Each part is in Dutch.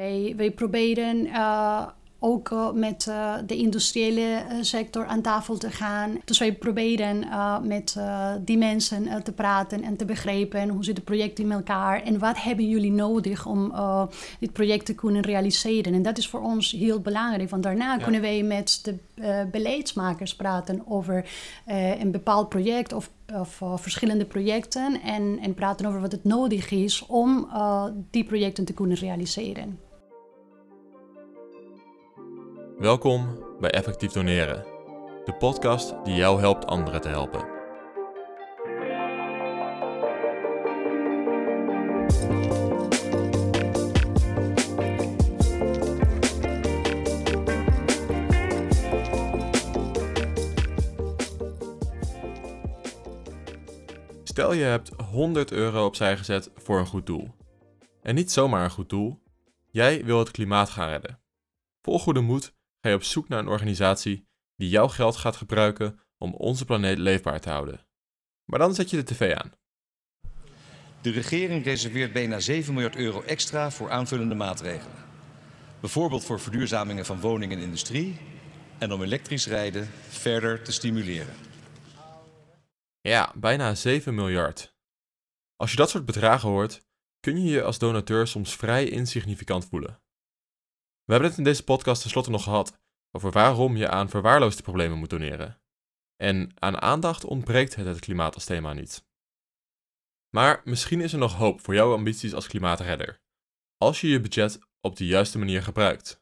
Wij proberen ook met de industriële sector aan tafel te gaan. Dus wij proberen met die mensen te praten en te begrijpen hoe zit het project in elkaar en wat hebben jullie nodig om dit project te kunnen realiseren. En dat is voor ons heel belangrijk, want daarna kunnen wij met de beleidsmakers praten over een bepaald project of verschillende projecten en praten over wat het nodig is om die projecten te kunnen realiseren. Welkom bij Effectief Doneren, de podcast die jou helpt anderen te helpen. Stel je hebt €100 opzij gezet voor een goed doel. En niet zomaar een goed doel, jij wil het klimaat gaan redden. Vol goede moed ga je op zoek naar een organisatie die jouw geld gaat gebruiken om onze planeet leefbaar te houden. Maar dan zet je de tv aan. De regering reserveert bijna €7 miljard extra voor aanvullende maatregelen. Bijvoorbeeld voor verduurzamingen van woningen en industrie en om elektrisch rijden verder te stimuleren. Ja, bijna 7 miljard. Als je dat soort bedragen hoort, kun je je als donateur soms vrij insignificant voelen. We hebben het in deze podcast tenslotte nog gehad over waarom je aan verwaarloosde problemen moet doneren. En aan aandacht ontbreekt het klimaat als thema niet. Maar misschien is er nog hoop voor jouw ambities als klimaatredder, als je je budget op de juiste manier gebruikt.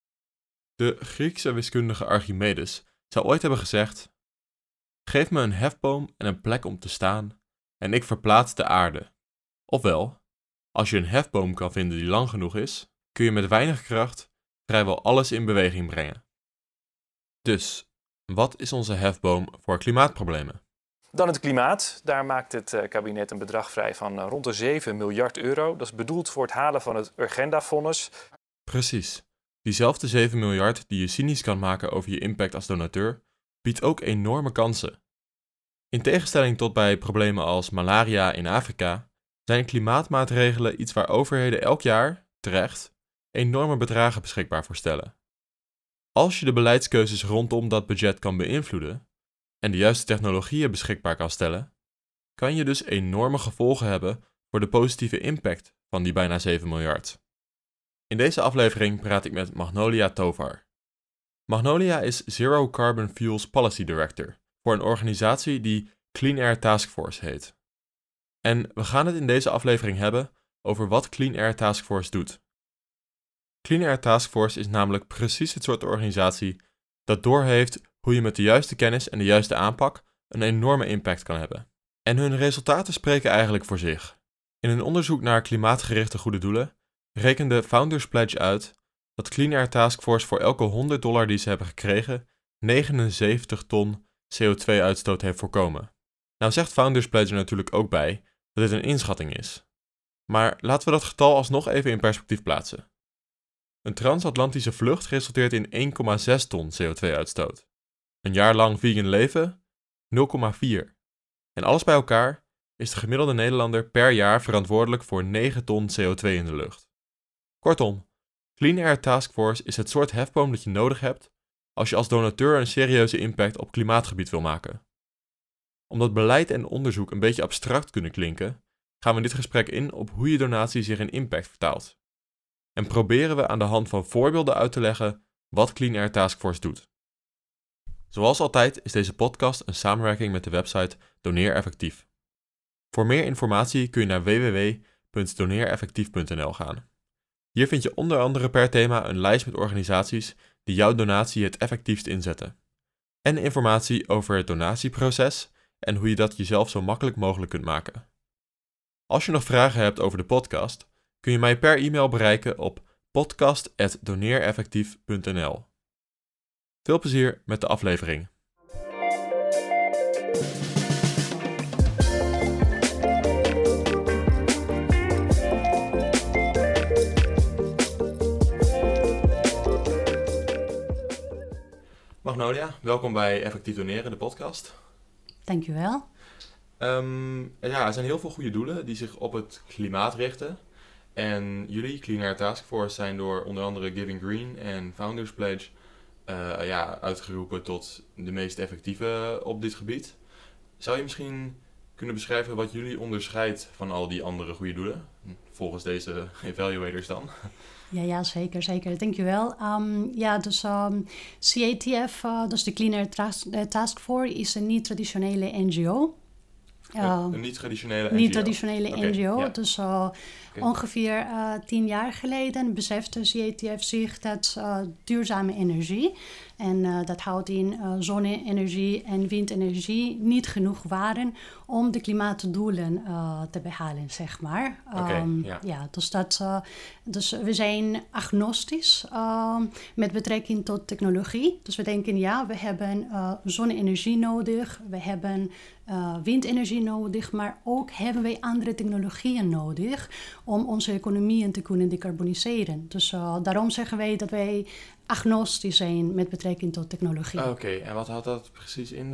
De Griekse wiskundige Archimedes zou ooit hebben gezegd: geef me een hefboom en een plek om te staan en ik verplaats de aarde. Ofwel, als je een hefboom kan vinden die lang genoeg is, kun je met weinig kracht vrijwel alles in beweging brengen. Dus, wat is onze hefboom voor klimaatproblemen? Dan het klimaat. Daar maakt het kabinet een bedrag vrij van rond de €7 miljard. Dat is bedoeld voor het halen van het Urgenda-fonds. Precies. Diezelfde 7 miljard die je cynisch kan maken over je impact als donateur, biedt ook enorme kansen. In tegenstelling tot bij problemen als malaria in Afrika, zijn klimaatmaatregelen iets waar overheden elk jaar, terecht, enorme bedragen beschikbaar voor stellen. Als je de beleidskeuzes rondom dat budget kan beïnvloeden en de juiste technologieën beschikbaar kan stellen, kan je dus enorme gevolgen hebben voor de positieve impact van die bijna 7 miljard. In deze aflevering praat ik met Magnolia Tovar. Magnolia is Zero Carbon Fuels Policy Director voor een organisatie die Clean Air Task Force heet. En we gaan het in deze aflevering hebben over wat Clean Air Task Force doet. Clean Air Task Force is namelijk precies het soort organisatie dat doorheeft hoe je met de juiste kennis en de juiste aanpak een enorme impact kan hebben. En hun resultaten spreken eigenlijk voor zich. In een onderzoek naar klimaatgerichte goede doelen rekende Founders Pledge uit dat Clean Air Task Force voor elke $100 die ze hebben gekregen 79 ton CO2-uitstoot heeft voorkomen. Nou zegt Founders Pledge er natuurlijk ook bij dat dit een inschatting is. Maar laten we dat getal alsnog even in perspectief plaatsen. Een transatlantische vlucht resulteert in 1,6 ton CO2-uitstoot. Een jaar lang vegan leven? 0,4. En alles bij elkaar is de gemiddelde Nederlander per jaar verantwoordelijk voor 9 ton CO2 in de lucht. Kortom, Clean Air Task Force is het soort hefboom dat je nodig hebt als je als donateur een serieuze impact op klimaatgebied wil maken. Omdat beleid en onderzoek een beetje abstract kunnen klinken, gaan we in dit gesprek in op hoe je donatie zich in impact vertaalt. En proberen we aan de hand van voorbeelden uit te leggen wat Clean Air Task Force doet. Zoals altijd is deze podcast een samenwerking met de website Doneer Effectief. Voor meer informatie kun je naar www.doneereffectief.nl gaan. Hier vind je onder andere per thema een lijst met organisaties die jouw donatie het effectiefst inzetten. En informatie over het donatieproces en hoe je dat jezelf zo makkelijk mogelijk kunt maken. Als je nog vragen hebt over de podcast, kun je mij per e-mail bereiken op podcast@doneereffectief.nl. Veel plezier met de aflevering. Magnolia, welkom bij Effectief Doneren, de podcast. Dankjewel. Er zijn heel veel goede doelen die zich op het klimaat richten. En jullie, Clean Air Task Force, zijn door onder andere Giving Green en Founders Pledge uitgeroepen tot de meest effectieve op dit gebied. Zou je misschien kunnen beschrijven wat jullie onderscheidt van al die andere goede doelen? Volgens deze evaluators dan. Ja, zeker. Dankjewel. CATF, dus de Clean Air Task Force, is een niet-traditionele NGO. Een niet-traditionele NGO? Niet-traditionele Okay, NGO. ja. Dus ongeveer 10 jaar geleden besefte CATF zich dat duurzame energie, en dat houdt in zonne-energie en windenergie, niet genoeg waren om de klimaatdoelen te behalen, zeg maar. Dus we zijn agnostisch met betrekking tot technologie. Dus we denken, we hebben zonne-energie nodig, we hebben windenergie nodig, maar ook hebben wij andere technologieën nodig om onze economieën te kunnen decarboniseren. Dus daarom zeggen wij dat wij agnostisch zijn met betrekking tot technologie. Oké, en wat houdt dat precies in,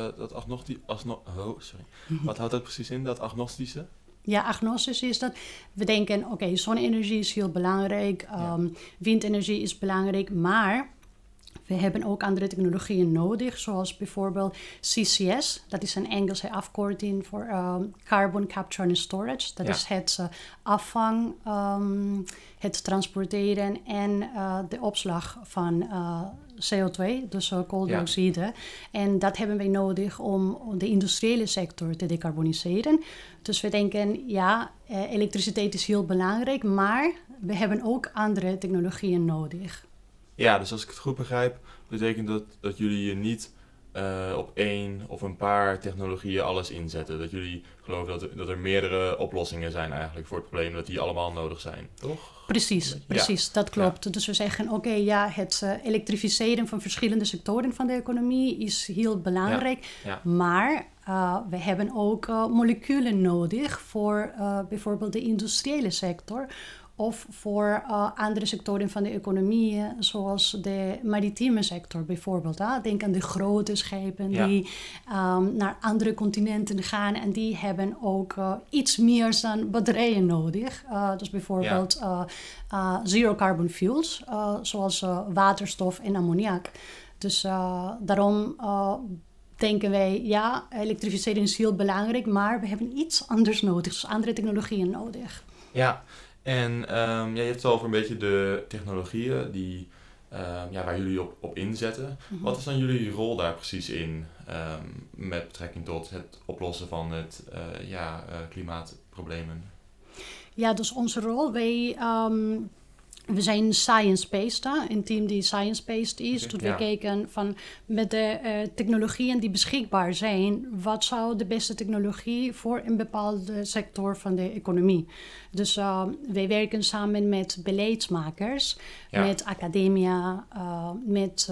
Wat houdt dat precies in, dat agnostische? Ja, agnostisch is dat we denken, zonne-energie is heel belangrijk, windenergie is belangrijk, maar we hebben ook andere technologieën nodig, zoals bijvoorbeeld CCS. Dat is een Engelse afkorting voor Carbon Capture and Storage. Dat is het afvang, het transporteren en de opslag van CO2, dus kooldioxide. Ja. En dat hebben wij nodig om de industriële sector te decarboniseren. Dus we denken, elektriciteit is heel belangrijk, maar we hebben ook andere technologieën nodig. Ja, dus als ik het goed begrijp, betekent dat jullie je niet op één of een paar technologieën alles inzetten. Dat jullie geloven dat er meerdere oplossingen zijn eigenlijk voor het probleem, dat die allemaal nodig zijn, toch? Precies, dat klopt. Ja. Dus we zeggen, het elektrificeren van verschillende sectoren van de economie is heel belangrijk. Ja. Maar we hebben ook moleculen nodig voor bijvoorbeeld de industriële sector, of voor andere sectoren van de economie, zoals de maritieme sector bijvoorbeeld. Denk aan de grote schepen die naar andere continenten gaan. En die hebben ook iets meer dan batterijen nodig. Dus bijvoorbeeld zero carbon fuels, zoals waterstof en ammoniak. Dus daarom denken wij, elektrificering is heel belangrijk, maar we hebben iets anders nodig, dus andere technologieën nodig. Ja. En je hebt het al over een beetje de technologieën die, waar jullie op inzetten. Mm-hmm. Wat is dan jullie rol daar precies in met betrekking tot het oplossen van het klimaatproblemen? Ja, dus onze rol, we zijn science-based, een team die science-based is. Okay, we kijken van met de technologieën die beschikbaar zijn, wat zou de beste technologie voor een bepaalde sector van de economie. Dus wij werken samen met beleidsmakers, met academia, met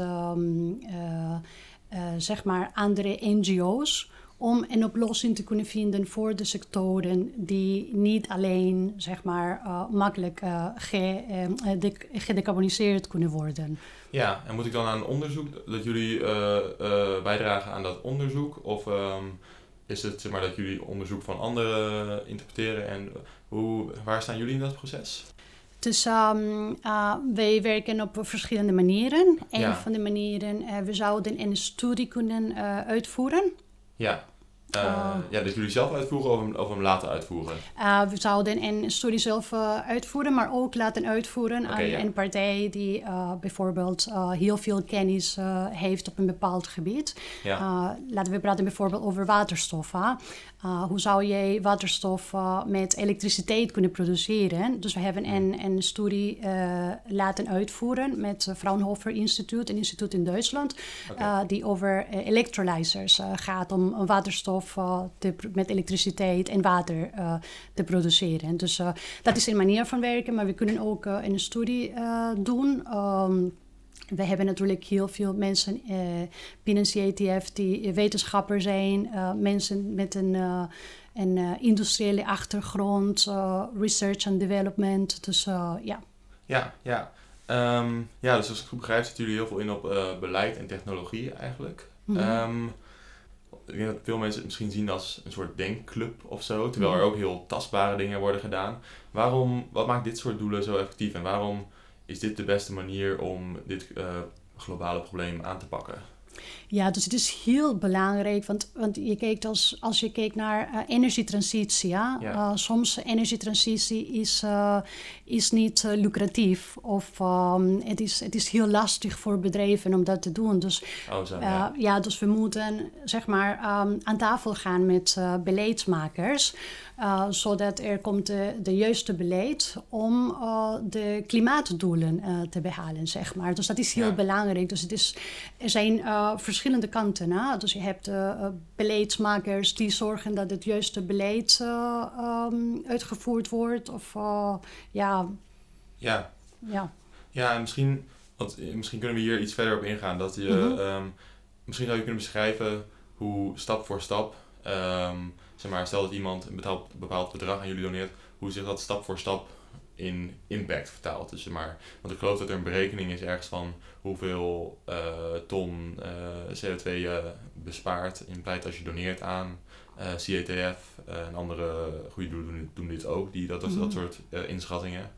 andere NGO's, om een oplossing te kunnen vinden voor de sectoren die niet alleen makkelijk gedecarboniseerd kunnen worden. Ja, en moet ik dan aan onderzoek, dat jullie bijdragen aan dat onderzoek? Of is het dat jullie onderzoek van anderen interpreteren? En waar staan jullie in dat proces? Dus wij werken op verschillende manieren. Een van de manieren, we zouden een studie kunnen uitvoeren. Ja. Dat jullie zelf uitvoeren of hem laten uitvoeren? We zouden een studie zelf uitvoeren, maar ook laten uitvoeren aan een partij die bijvoorbeeld heel veel kennis heeft op een bepaald gebied. Ja. Laten we praten bijvoorbeeld over waterstof. Hoe zou je waterstof met elektriciteit kunnen produceren? Dus we hebben een studie laten uitvoeren met Fraunhofer Instituut, een instituut in Duitsland, die over electrolyzers gaat om waterstof met elektriciteit en water te produceren. Dus dat is een manier van werken, maar we kunnen ook een studie doen. We hebben natuurlijk heel veel mensen binnen CATF die wetenschapper zijn, mensen met een industriële achtergrond, research and development. Dus dus als ik het goed begrijp, zetten jullie heel veel in op beleid en technologie eigenlijk. Mm-hmm. ik denk dat veel mensen het misschien zien als een soort denkclub of zo, terwijl er ook heel tastbare dingen worden gedaan. Wat maakt dit soort doelen zo effectief en waarom is dit de beste manier om dit globale probleem aan te pakken? Ja, dus het is heel belangrijk, want je kijkt als je kijkt naar energietransitie. Ja? Soms energietransitie is niet lucratief of het is heel lastig voor bedrijven om dat te doen. Dus, dus we moeten zeg maar aan tafel gaan met beleidsmakers. Zodat er komt de juiste beleid om de klimaatdoelen te behalen, zeg maar. Dus dat is heel belangrijk. Dus er zijn verschillende kanten. Hè? Dus je hebt beleidsmakers die zorgen dat het juiste beleid uitgevoerd wordt. Ja, en misschien kunnen we hier iets verder op ingaan. Dat misschien zou je kunnen beschrijven hoe stap voor stap... zeg maar, stel dat iemand een bepaald bedrag aan jullie doneert, hoe zich dat stap voor stap in impact vertaalt. Dus, want ik geloof dat er een berekening is ergens van hoeveel ton CO2 je bespaart in pleit als je doneert aan CATF en andere goede doelen doen dit ook, dat soort inschattingen.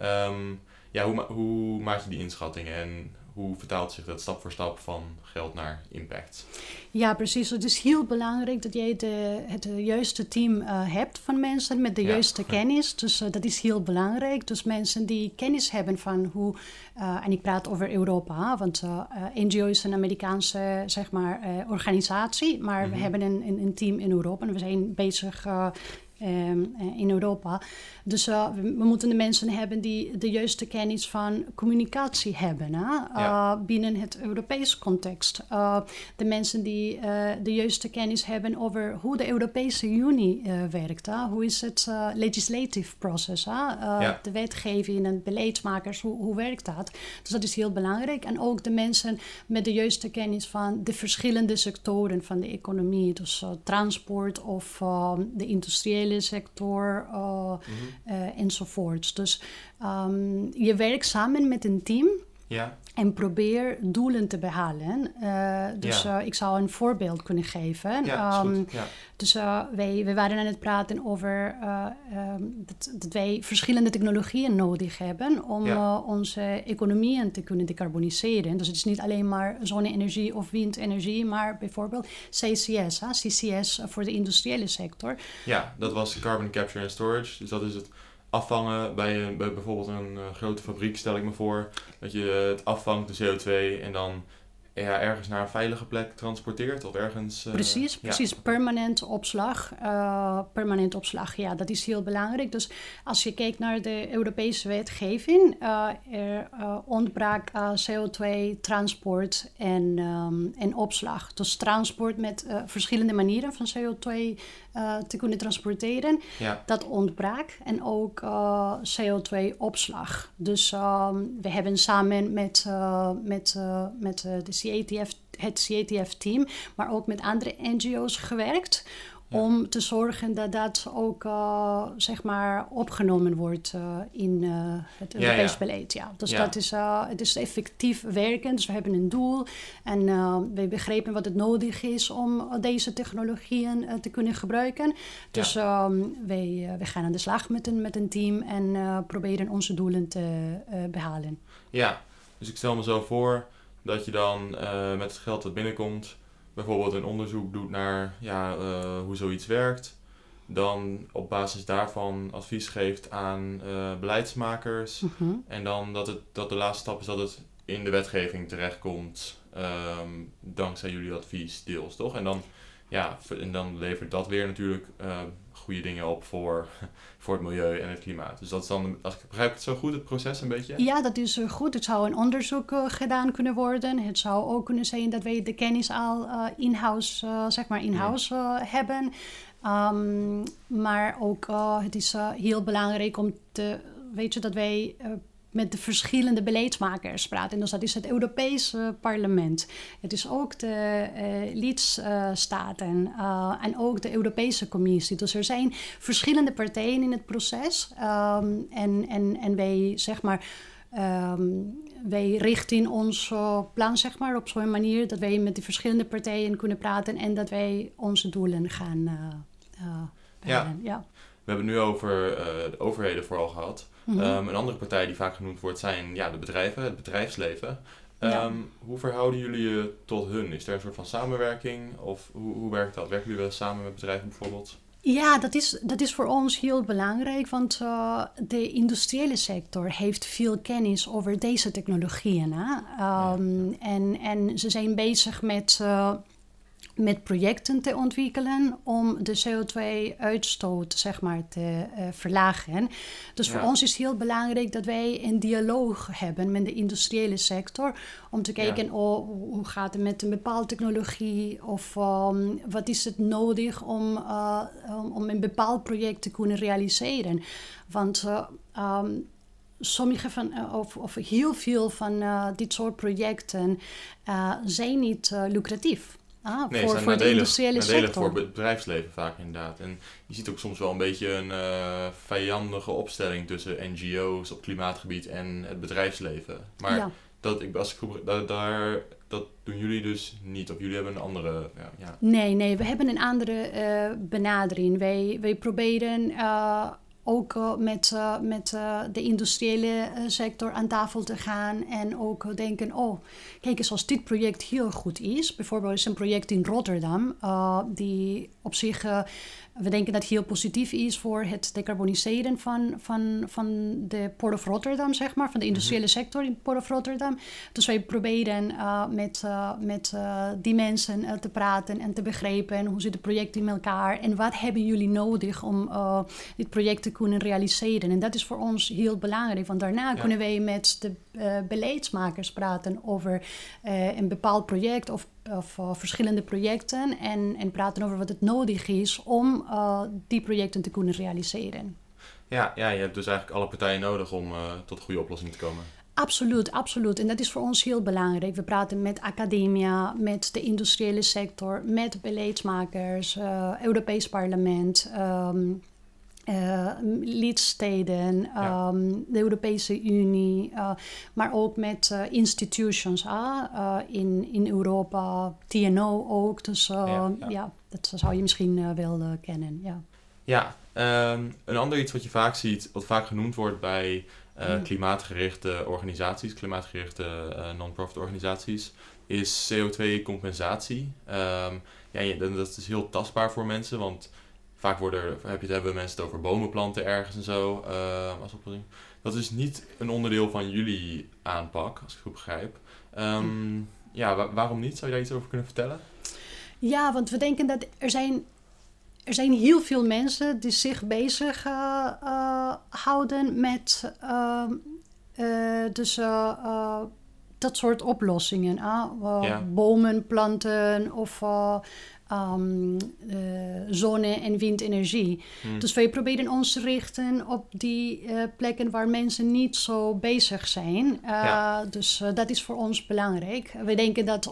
Hoe maak je die inschattingen en hoe vertaalt zich dat stap voor stap van geld naar impact? Ja, precies. Het is heel belangrijk dat jij het juiste team hebt van mensen met de juiste kennis. Dus dat is heel belangrijk. Dus mensen die kennis hebben van hoe... en ik praat over Europa, want NGO is een Amerikaanse zeg maar, organisatie. Maar we hebben een team in Europa en we zijn bezig... in Europa. Dus we moeten de mensen hebben die de juiste kennis van communicatie hebben. Binnen het Europees context. De mensen die de juiste kennis hebben over hoe de Europese Unie werkt. Hoe is het legislative process? De wetgeving en beleidsmakers, hoe werkt dat? Dus dat is heel belangrijk. En ook de mensen met de juiste kennis van de verschillende sectoren van de economie. Dus transport of de industriële sector enzovoorts. Dus je werkt samen met een team en probeer doelen te behalen. Ik zou een voorbeeld kunnen geven. Dus wij waren aan het praten over dat wij verschillende technologieën nodig hebben om onze economieën te kunnen decarboniseren. Dus het is niet alleen maar zonne-energie of windenergie, maar bijvoorbeeld CCS voor de industriële sector. Ja, dat was carbon capture and storage. Dus dat is het afvangen bij bijvoorbeeld een grote fabriek, stel ik me voor. Dat je het afvangt, de CO2, en dan ergens naar een veilige plek transporteert of ergens... Precies. Permanent opslag. Ja, dat is heel belangrijk. Dus als je kijkt naar de Europese wetgeving, er ontbrak CO2, transport en opslag. Dus transport met verschillende manieren van CO2 te kunnen transporteren, dat ontbrak. En ook CO2-opslag. Dus we hebben samen met het CATF-team, maar ook met andere NGO's gewerkt om te zorgen dat dat ook zeg maar opgenomen wordt in het Europees beleid. Ja. Dus het is effectief werken. Dus we hebben een doel en we begrepen wat het nodig is om deze technologieën te kunnen gebruiken. Dus we gaan aan de slag met een team en proberen onze doelen te behalen. Ja, dus ik stel me zo voor dat je dan met het geld dat binnenkomt bijvoorbeeld een onderzoek doet naar hoe zoiets werkt. Dan op basis daarvan advies geeft aan beleidsmakers. En dan dat de laatste stap is dat het in de wetgeving terechtkomt. Dankzij jullie advies deels, toch? En dan levert dat weer natuurlijk goede dingen op voor het milieu en het klimaat. Dus dat is dan, als ik begrijp het zo goed, het proces een beetje? Ja, dat is goed. Het zou een onderzoek gedaan kunnen worden. Het zou ook kunnen zijn dat wij de kennis al in-house hebben. Maar ook het is heel belangrijk om dat wij met de verschillende beleidsmakers praten. Dus dat is het Europese parlement. Het is ook de lidstaten en ook de Europese Commissie. Dus er zijn verschillende partijen in het proces. En wij, zeg maar, wij richten ons plan zeg maar, op zo'n manier dat wij met die verschillende partijen kunnen praten en dat wij onze doelen gaan behalen. Ja. We hebben het nu over de overheden vooral gehad. Mm-hmm. Een andere partij die vaak genoemd wordt zijn de bedrijven, het bedrijfsleven. Hoe verhouden jullie je tot hun? Is er een soort van samenwerking? Of hoe werkt dat? Werken jullie wel samen met bedrijven bijvoorbeeld? Ja, dat is voor ons heel belangrijk, want de industriële sector heeft veel kennis over deze technologieën. Hè? En ze zijn bezig met projecten te ontwikkelen om de CO2-uitstoot zeg maar, te verlagen. Dus voor ons is het heel belangrijk dat wij een dialoog hebben met de industriële sector om te kijken hoe gaat het met een bepaalde technologie of wat is het nodig om een bepaald project te kunnen realiseren. Want sommige of heel veel van dit soort projecten zijn niet lucratief. Voor de industriële sector. Voor het bedrijfsleven vaak inderdaad. En je ziet ook soms wel een beetje een vijandige opstelling tussen NGO's op klimaatgebied en het bedrijfsleven. Maar dat doen jullie dus niet, of jullie hebben een andere... Nee, we hebben een andere benadering. Wij proberen ook met de industriële sector aan tafel te gaan en ook denken, kijk eens, als dit project heel goed is, bijvoorbeeld is een project in Rotterdam, die op zich, we denken dat heel positief is voor het decarboniseren van de Port of Rotterdam, zeg maar, van de industriële sector in Port of Rotterdam. Dus wij proberen met die mensen te praten en te begrijpen hoe zit het project in elkaar en wat hebben jullie nodig om dit project te kunnen realiseren. En dat is voor ons heel belangrijk, want daarna kunnen wij met de beleidsmakers praten over een bepaald project of verschillende projecten en praten over wat het nodig is om die projecten te kunnen realiseren. Ja, je hebt dus eigenlijk alle partijen nodig om tot een goede oplossing te komen. Absoluut. En dat is voor ons heel belangrijk. We praten met academia, met de industriële sector, met beleidsmakers, Europees Parlement, lidsteden, de Europese Unie, maar ook met institutions in Europa, TNO ook. Dus dat zou je misschien wel kennen. Een ander iets wat je vaak ziet, wat vaak genoemd wordt bij klimaatgerichte organisaties, klimaatgerichte non-profit organisaties, is CO2-compensatie. Dat is heel tastbaar voor mensen, want vaak hebben mensen het over bomen planten ergens en zo als oplossing. Dat is niet een onderdeel van jullie aanpak, als ik het goed begrijp. Waarom niet? Zou je daar iets over kunnen vertellen? Ja, want we denken dat er zijn heel veel mensen die zich bezig houden met dat soort oplossingen. Bomen planten of zonne- en windenergie. Dus wij proberen ons te richten op die plekken waar mensen niet zo bezig zijn. Dus dat is voor ons belangrijk. We denken dat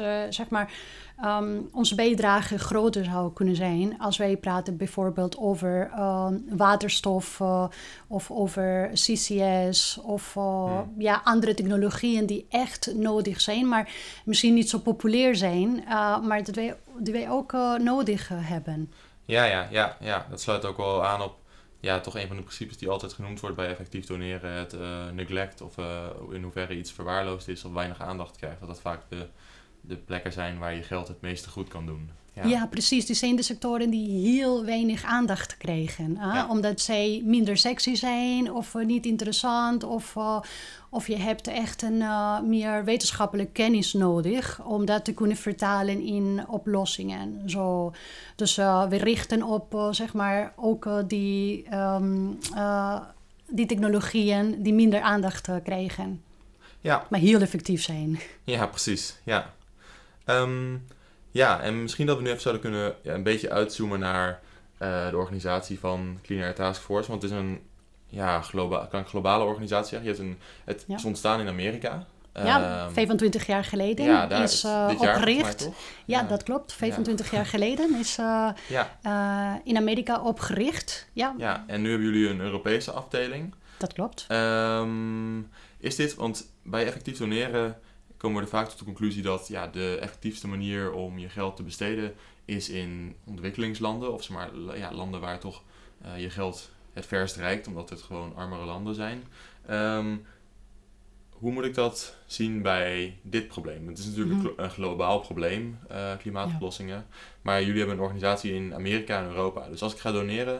onze bijdrage groter zou kunnen zijn als wij praten bijvoorbeeld over waterstof of over CCS of andere technologieën die echt nodig zijn, maar misschien niet zo populair zijn, maar die wij ook nodig hebben. Ja, dat sluit ook wel aan op toch een van de principes die altijd genoemd wordt bij effectief doneren, het neglect of in hoeverre iets verwaarloosd is of weinig aandacht krijgt, dat vaak de plekken zijn waar je geld het meeste goed kan doen. Ja, precies. Die zijn de sectoren die heel weinig aandacht krijgen. Omdat zij minder sexy zijn of niet interessant. Of je hebt echt een meer wetenschappelijke kennis nodig om dat te kunnen vertalen in oplossingen. Zo. Dus we richten op ook die technologieën die minder aandacht krijgen. Ja. Maar heel effectief zijn. Ja, precies. Ja. En misschien dat we nu even zouden kunnen een beetje uitzoomen naar de organisatie van Clean Air Task Force. Want het is een globale organisatie. Het is ontstaan in Amerika. 25 jaar geleden is opgericht. Toch? Ja, dat klopt. 25 jaar geleden is in Amerika opgericht. Ja, en nu hebben jullie een Europese afdeling. dat klopt. Is dit, want bij effectief doneren komen we er vaak tot de conclusie dat de effectiefste manier om je geld te besteden is in ontwikkelingslanden. Of zeg maar, landen waar toch je geld het verst reikt, omdat het gewoon armere landen zijn. Hoe moet ik dat zien bij dit probleem? Het is natuurlijk een globaal probleem, klimaatoplossingen. Ja. Maar jullie hebben een organisatie in Amerika en Europa. Dus als ik ga doneren,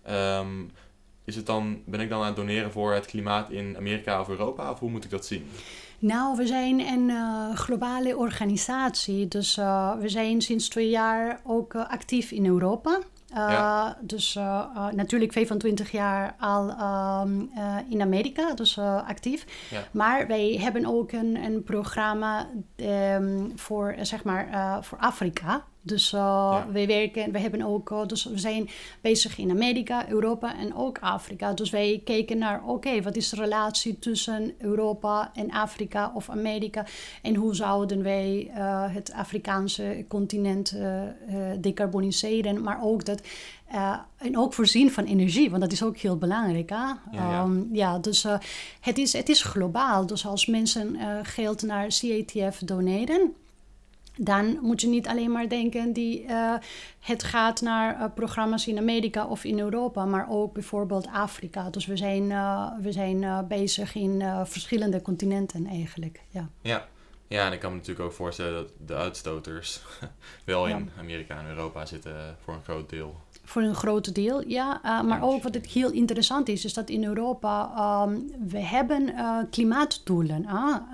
ben ik dan aan het doneren voor het klimaat in Amerika of Europa? Of hoe moet ik dat zien? Nou, we zijn een globale organisatie. Dus we zijn sinds 2 jaar ook actief in Europa. Dus natuurlijk 25 jaar al in Amerika, dus actief. Ja. Maar wij hebben ook een programma voor Afrika. Dus we hebben ook, dus we zijn bezig in Amerika, Europa en ook Afrika. Dus wij kijken naar, wat is de relatie tussen Europa en Afrika of Amerika? En hoe zouden wij het Afrikaanse continent decarboniseren? Maar ook en ook voorzien van energie, want dat is ook heel belangrijk. Hè? Dus het is globaal. Dus als mensen geld naar CATF doneren, dan moet je niet alleen maar denken het gaat naar programma's in Amerika of in Europa, maar ook bijvoorbeeld Afrika. Dus we zijn bezig in verschillende continenten eigenlijk. Ja, en ik kan me natuurlijk ook voorstellen dat de uitstoters wel in Amerika en Europa zitten voor een groot deel. Voor een groot deel, maar ook wat het heel interessant is dat in Europa we hebben klimaatdoelen.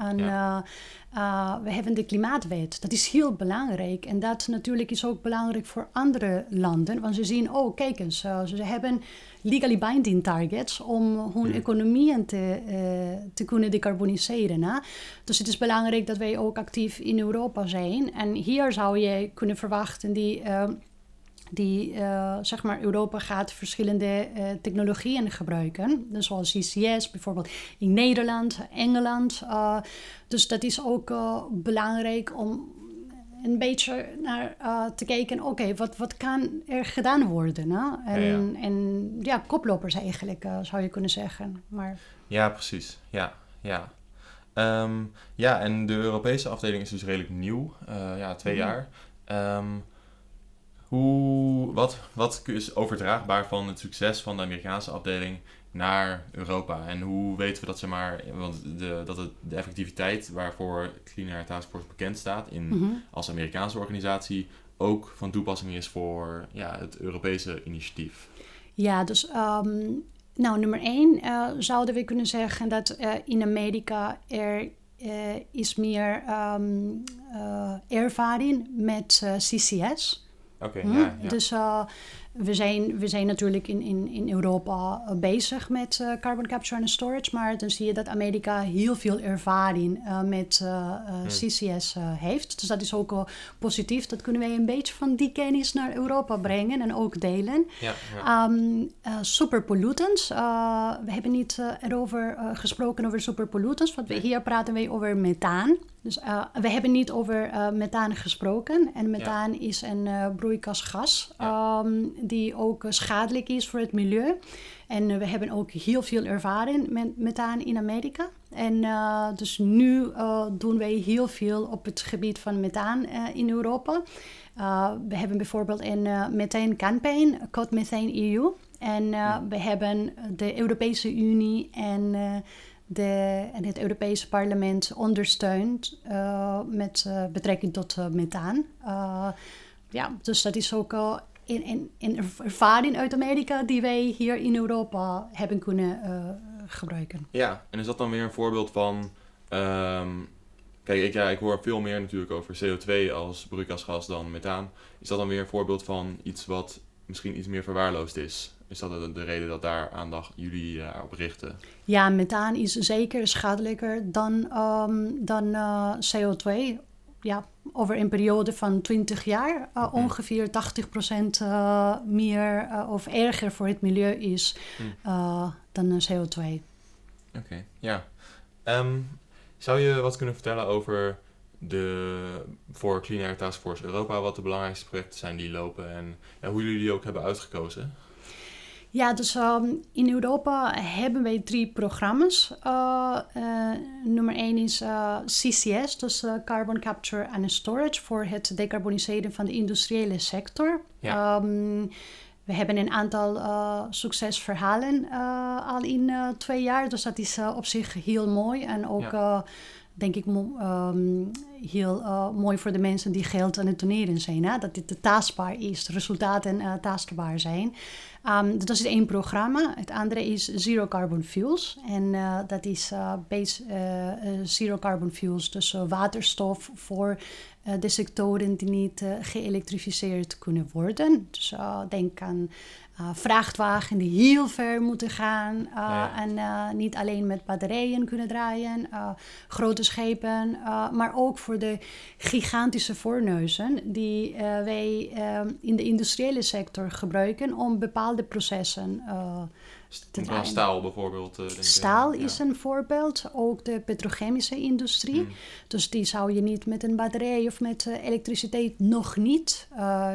We hebben de klimaatwet. Dat is heel belangrijk. En dat natuurlijk is ook belangrijk voor andere landen. Want ze zien, kijk eens, ze hebben legally binding targets om hun economieën te kunnen decarboniseren. Hè? Dus het is belangrijk dat wij ook actief in Europa zijn. En hier zou je kunnen verwachten Europa gaat verschillende technologieën gebruiken. Dus zoals CCS, bijvoorbeeld in Nederland, Engeland. Dus dat is ook belangrijk om een beetje naar te kijken, wat kan er gedaan worden? Hè? En koplopers eigenlijk, zou je kunnen zeggen. Maar... Ja, precies. Ja. En de Europese afdeling is dus redelijk nieuw. 2 jaar. Wat is overdraagbaar van het succes van de Amerikaanse afdeling naar Europa? En hoe weten we dat de effectiviteit waarvoor Clean Air Task Force bekend staat als Amerikaanse organisatie ook van toepassing is voor het Europese initiatief? Ja, dus nummer 1 zouden we kunnen zeggen dat in Amerika er is meer ervaring met CCS. Dus we zijn natuurlijk in Europa bezig met carbon capture en storage, maar dan zie je dat Amerika heel veel ervaring met CCS heeft. Dus dat is ook positief. Dat kunnen wij een beetje van die kennis naar Europa brengen en ook delen. Superpollutants. We hebben niet erover gesproken over superpollutants, want hier praten wij over methaan. Dus we hebben niet over methaan gesproken. En methaan is een broeikasgas die ook schadelijk is voor het milieu. En we hebben ook heel veel ervaring met methaan in Amerika. En dus nu doen wij heel veel op het gebied van methaan in Europa. We hebben bijvoorbeeld een methane campaign, Code Methane EU. En we hebben de Europese Unie en het Europese parlement ondersteunt met betrekking tot methaan. Dus dat is ook een ervaring uit Amerika die wij hier in Europa hebben kunnen gebruiken. Ja, en is dat dan weer een voorbeeld van... ik hoor veel meer natuurlijk over CO2 als broeikasgas dan methaan. Is dat dan weer een voorbeeld van iets wat misschien iets meer verwaarloosd is? Is dat de reden dat daar aandacht jullie op richten? Ja, methaan is zeker schadelijker dan CO2. Ja, over een periode van 20 jaar ongeveer 80% meer of erger voor het milieu is dan CO2. Oké, ja. Zou je wat kunnen vertellen over voor Clean Air Task Force Europa, wat de belangrijkste projecten zijn die lopen en hoe jullie die ook hebben uitgekozen? Ja, dus in Europa hebben wij 3 programma's. Nummer 1 is CCS, dus Carbon Capture and Storage, voor het decarboniseren van de industriële sector. Ja. We hebben een aantal succesverhalen al in 2 jaar, dus dat is op zich heel mooi. En ook, denk ik, heel mooi voor de mensen die geld aan het doneren zijn. Hè? Dat dit tastbaar is, de resultaten tastbaar zijn. Dat is 1 programma. Het andere is Zero Carbon Fuels. En dat is Zero Carbon Fuels, dus waterstof voor de sectoren die niet geëlektrificeerd kunnen worden. Dus denk aan vrachtwagen die heel ver moeten gaan en niet alleen met batterijen kunnen draaien, grote schepen, maar ook voor de gigantische fornuizen die wij in de industriële sector gebruiken om bepaalde processen te draaien. Staal bijvoorbeeld. Staal is een voorbeeld, ook de petrochemische industrie. Dus die zou je niet met een batterij of met elektriciteit nog niet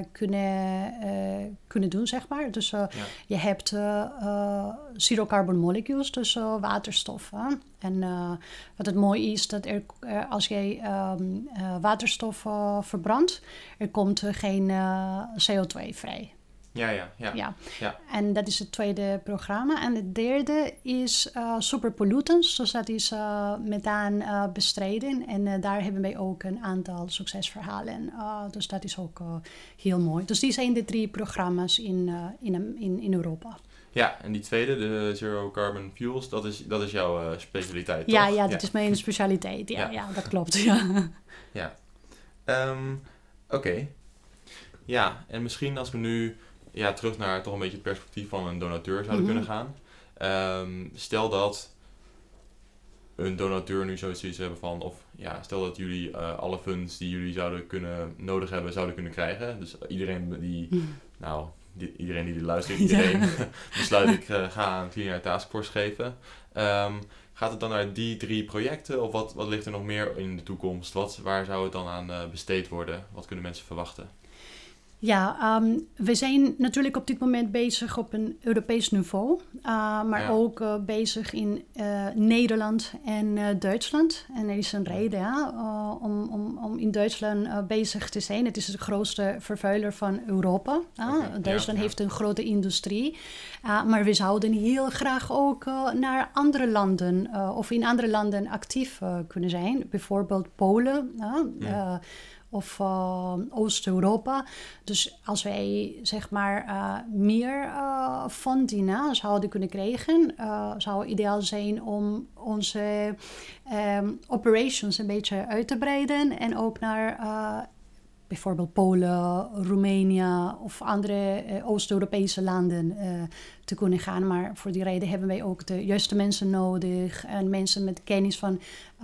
kunnen doen, zeg maar. Dus je hebt zero carbon molecules, dus waterstof. En wat het mooie is, dat als jij waterstof verbrandt, er komt geen CO2 vrij. Ja. En dat is het tweede programma. En het derde is superpollutants. Dus dat is methaan bestrijden. En daar hebben wij ook een aantal succesverhalen. Dus dat is ook heel mooi. Dus die zijn de 3 programma's in Europa. Ja, en die tweede, de Zero Carbon Fuels, dat is jouw specialiteit, toch? Ja, dat is mijn specialiteit. Ja, dat klopt. Ja. Oké. Ja, en misschien als we nu terug naar toch een beetje het perspectief van een donateur zouden kunnen gaan. Stel dat een donateur nu zoiets hebben van, of stel dat jullie alle funds die jullie nodig hebben, zouden kunnen krijgen. Dus iedereen die luistert, iedereen besluit ik ga een Clean Air Taskforce geven. Gaat het dan naar die 3 projecten of wat ligt er nog meer in de toekomst? Waar zou het dan aan besteed worden? Wat kunnen mensen verwachten? Ja, we zijn natuurlijk op dit moment bezig op een Europees niveau, maar ook bezig in Nederland en Duitsland. En er is een reden om in Duitsland bezig te zijn. Het is de grootste vervuiler van Europa. Duitsland heeft een grote industrie, maar we zouden heel graag ook naar andere landen of in andere landen actief kunnen zijn. Bijvoorbeeld Polen. Of Oost-Europa. Dus als wij zeg maar meer funding zouden kunnen krijgen, zou het ideaal zijn om onze operations een beetje uit te breiden en ook naar bijvoorbeeld Polen, Roemenië of andere Oost-Europese landen te kunnen gaan. Maar voor die reden hebben wij ook de juiste mensen nodig en mensen met kennis van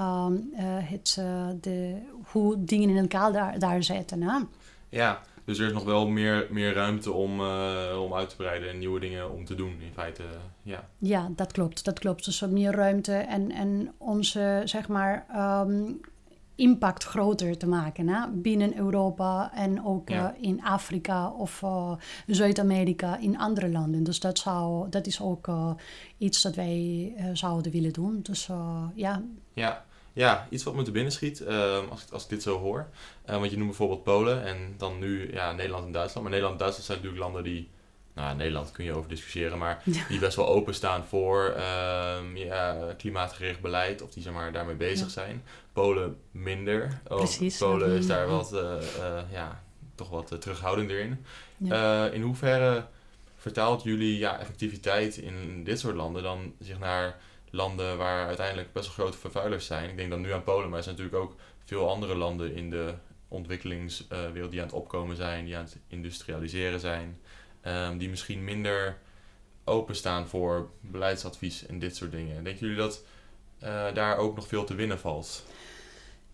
hoe dingen in elkaar daar zetten. Hè? Ja, dus er is nog wel meer ruimte om uit te breiden en nieuwe dingen om te doen in feite. Ja, dat klopt. Dus meer ruimte en onze zeg maar impact groter te maken binnen Europa en ook in Afrika of Zuid-Amerika in andere landen. Dus dat is ook iets dat wij zouden willen doen. Dus Ja, iets wat me te binnen schiet als ik dit zo hoor. Want je noemt bijvoorbeeld Polen en dan nu Nederland en Duitsland. Maar Nederland en Duitsland zijn natuurlijk landen die... Nederland kun je over discussiëren, maar die best wel openstaan voor klimaatgericht beleid. Of die daarmee bezig zijn. Polen minder. Precies. Polen is daar toch wat terughoudender in. Ja. In hoeverre vertaalt jullie effectiviteit in dit soort landen dan zich naar landen waar uiteindelijk best wel grote vervuilers zijn? Ik denk dan nu aan Polen, maar er zijn natuurlijk ook veel andere landen in de ontwikkelingswereld die aan het opkomen zijn, die aan het industrialiseren zijn. Die misschien minder openstaan voor beleidsadvies en dit soort dingen. Denken jullie dat daar ook nog veel te winnen valt?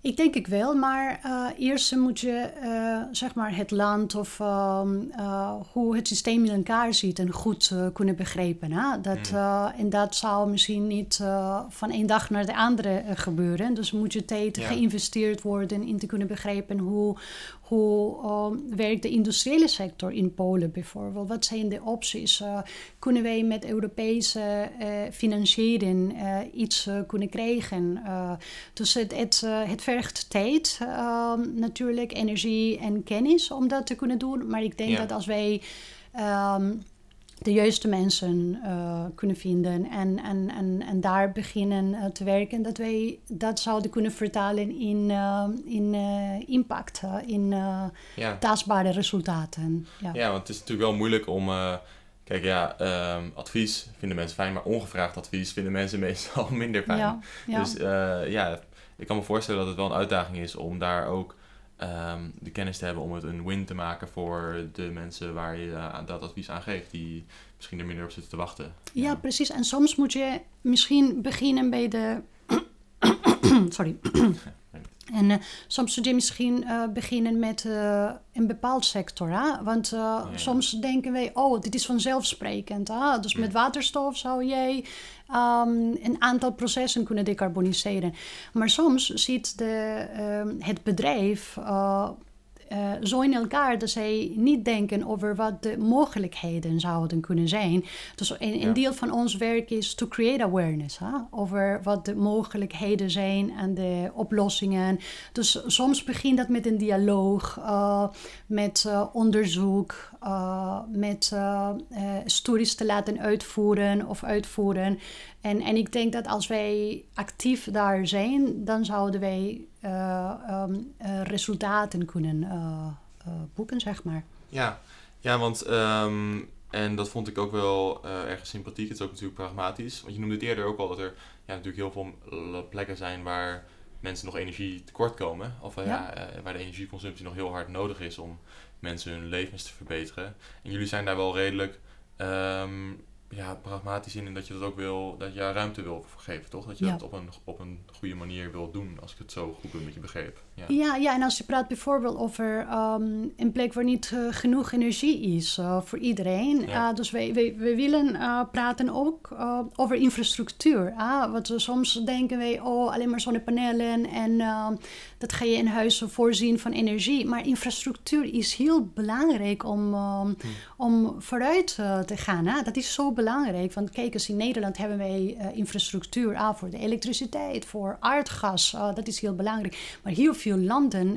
Ik denk ik wel, maar eerst moet je zeg maar het land of hoe het systeem in elkaar zit en goed kunnen begrijpen. Hè? En dat zou misschien niet van één dag naar de andere gebeuren. Dus moet je tijd geïnvesteerd worden in te kunnen begrijpen hoe werkt de industriële sector in Polen bijvoorbeeld? Wat zijn de opties? Kunnen wij met Europese financiering iets kunnen krijgen? Dus het vergt tijd, natuurlijk, energie en kennis om dat te kunnen doen. Maar ik denk dat als wij de juiste mensen kunnen vinden en daar beginnen te werken, dat wij dat zouden kunnen vertalen in impact, in tastbare resultaten. Ja, want het is natuurlijk wel moeilijk om... advies vinden mensen fijn, maar ongevraagd advies vinden mensen meestal minder fijn. Ja. Dus ik kan me voorstellen dat het wel een uitdaging is om daar ook de kennis te hebben om het een win te maken voor de mensen waar je dat advies aan geeft, die misschien er minder op zitten te wachten. Ja, precies. En soms moet je misschien beginnen bij de... Sorry. En soms moet je misschien beginnen met een bepaald sector. Hè? Want soms denken wij, dit is vanzelfsprekend. Hè? Dus met waterstof zou jij een aantal processen kunnen decarboniseren. Maar soms zit het bedrijf zo in elkaar dat zij niet denken over wat de mogelijkheden zouden kunnen zijn. Dus een deel van ons werk is to create awareness over wat de mogelijkheden zijn en de oplossingen. Dus soms begint dat met een dialoog, met onderzoek, met studies te laten uitvoeren. En ik denk dat als wij actief daar zijn, dan zouden wij resultaten kunnen boeken, zeg maar. Ja, want en dat vond ik ook wel erg sympathiek. Het is ook natuurlijk pragmatisch. Want je noemde het eerder ook al dat er natuurlijk heel veel plekken zijn waar mensen nog energie tekort komen. Of waar de energieconsumptie nog heel hard nodig is om mensen hun levens te verbeteren. En jullie zijn daar wel redelijk pragmatisch in dat je dat ook wil, dat je ruimte wil geven, toch? Dat je dat op een goede manier wil doen, als ik het zo goed doe met je begreep. Ja, en als je praat bijvoorbeeld over een plek waar niet genoeg energie is voor iedereen. Dus we willen praten ook over infrastructuur. Want soms denken wij, alleen maar zonnepanelen en dat ga je in huis voorzien van energie. Maar infrastructuur is heel belangrijk om vooruit te gaan. Dat is zo belangrijk, want kijk eens, in Nederland hebben wij infrastructuur voor de elektriciteit, voor aardgas. Dat is heel belangrijk. Maar heel veel landen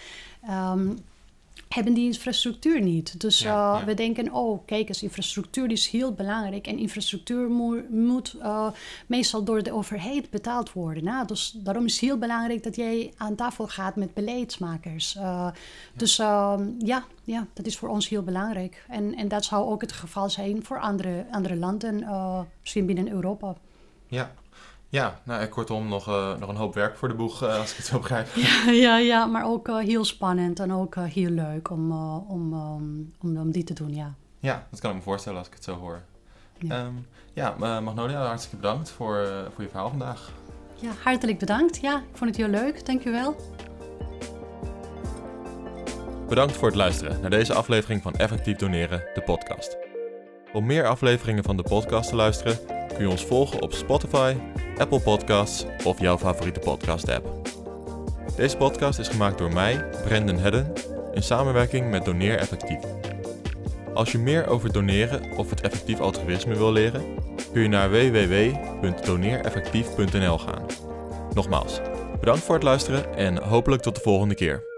hebben die infrastructuur niet. Dus we denken, kijk eens, infrastructuur is heel belangrijk. En infrastructuur moet meestal door de overheid betaald worden. Dus daarom is het heel belangrijk dat jij aan tafel gaat met beleidsmakers. Dus dat is voor ons heel belangrijk. En dat zou ook het geval zijn voor andere landen, misschien binnen Europa. Ja, kortom nog een hoop werk voor de boeg, als ik het zo begrijp. Ja, maar ook heel spannend en ook heel leuk om die te doen, Ja, dat kan ik me voorstellen als ik het zo hoor. Magnolia, hartstikke bedankt voor je verhaal vandaag. Ja, hartelijk bedankt. Ja, ik vond het heel leuk. Dankjewel. Bedankt voor het luisteren naar deze aflevering van Effectief Doneren, de podcast. Om meer afleveringen van de podcast te luisteren, kun je ons volgen op Spotify, Apple Podcasts of jouw favoriete podcast-app. Deze podcast is gemaakt door mij, Brendan Hedden, in samenwerking met Doneer Effectief. Als je meer over doneren of het effectief altruïsme wil leren, kun je naar www.doneereffectief.nl gaan. Nogmaals, bedankt voor het luisteren en hopelijk tot de volgende keer.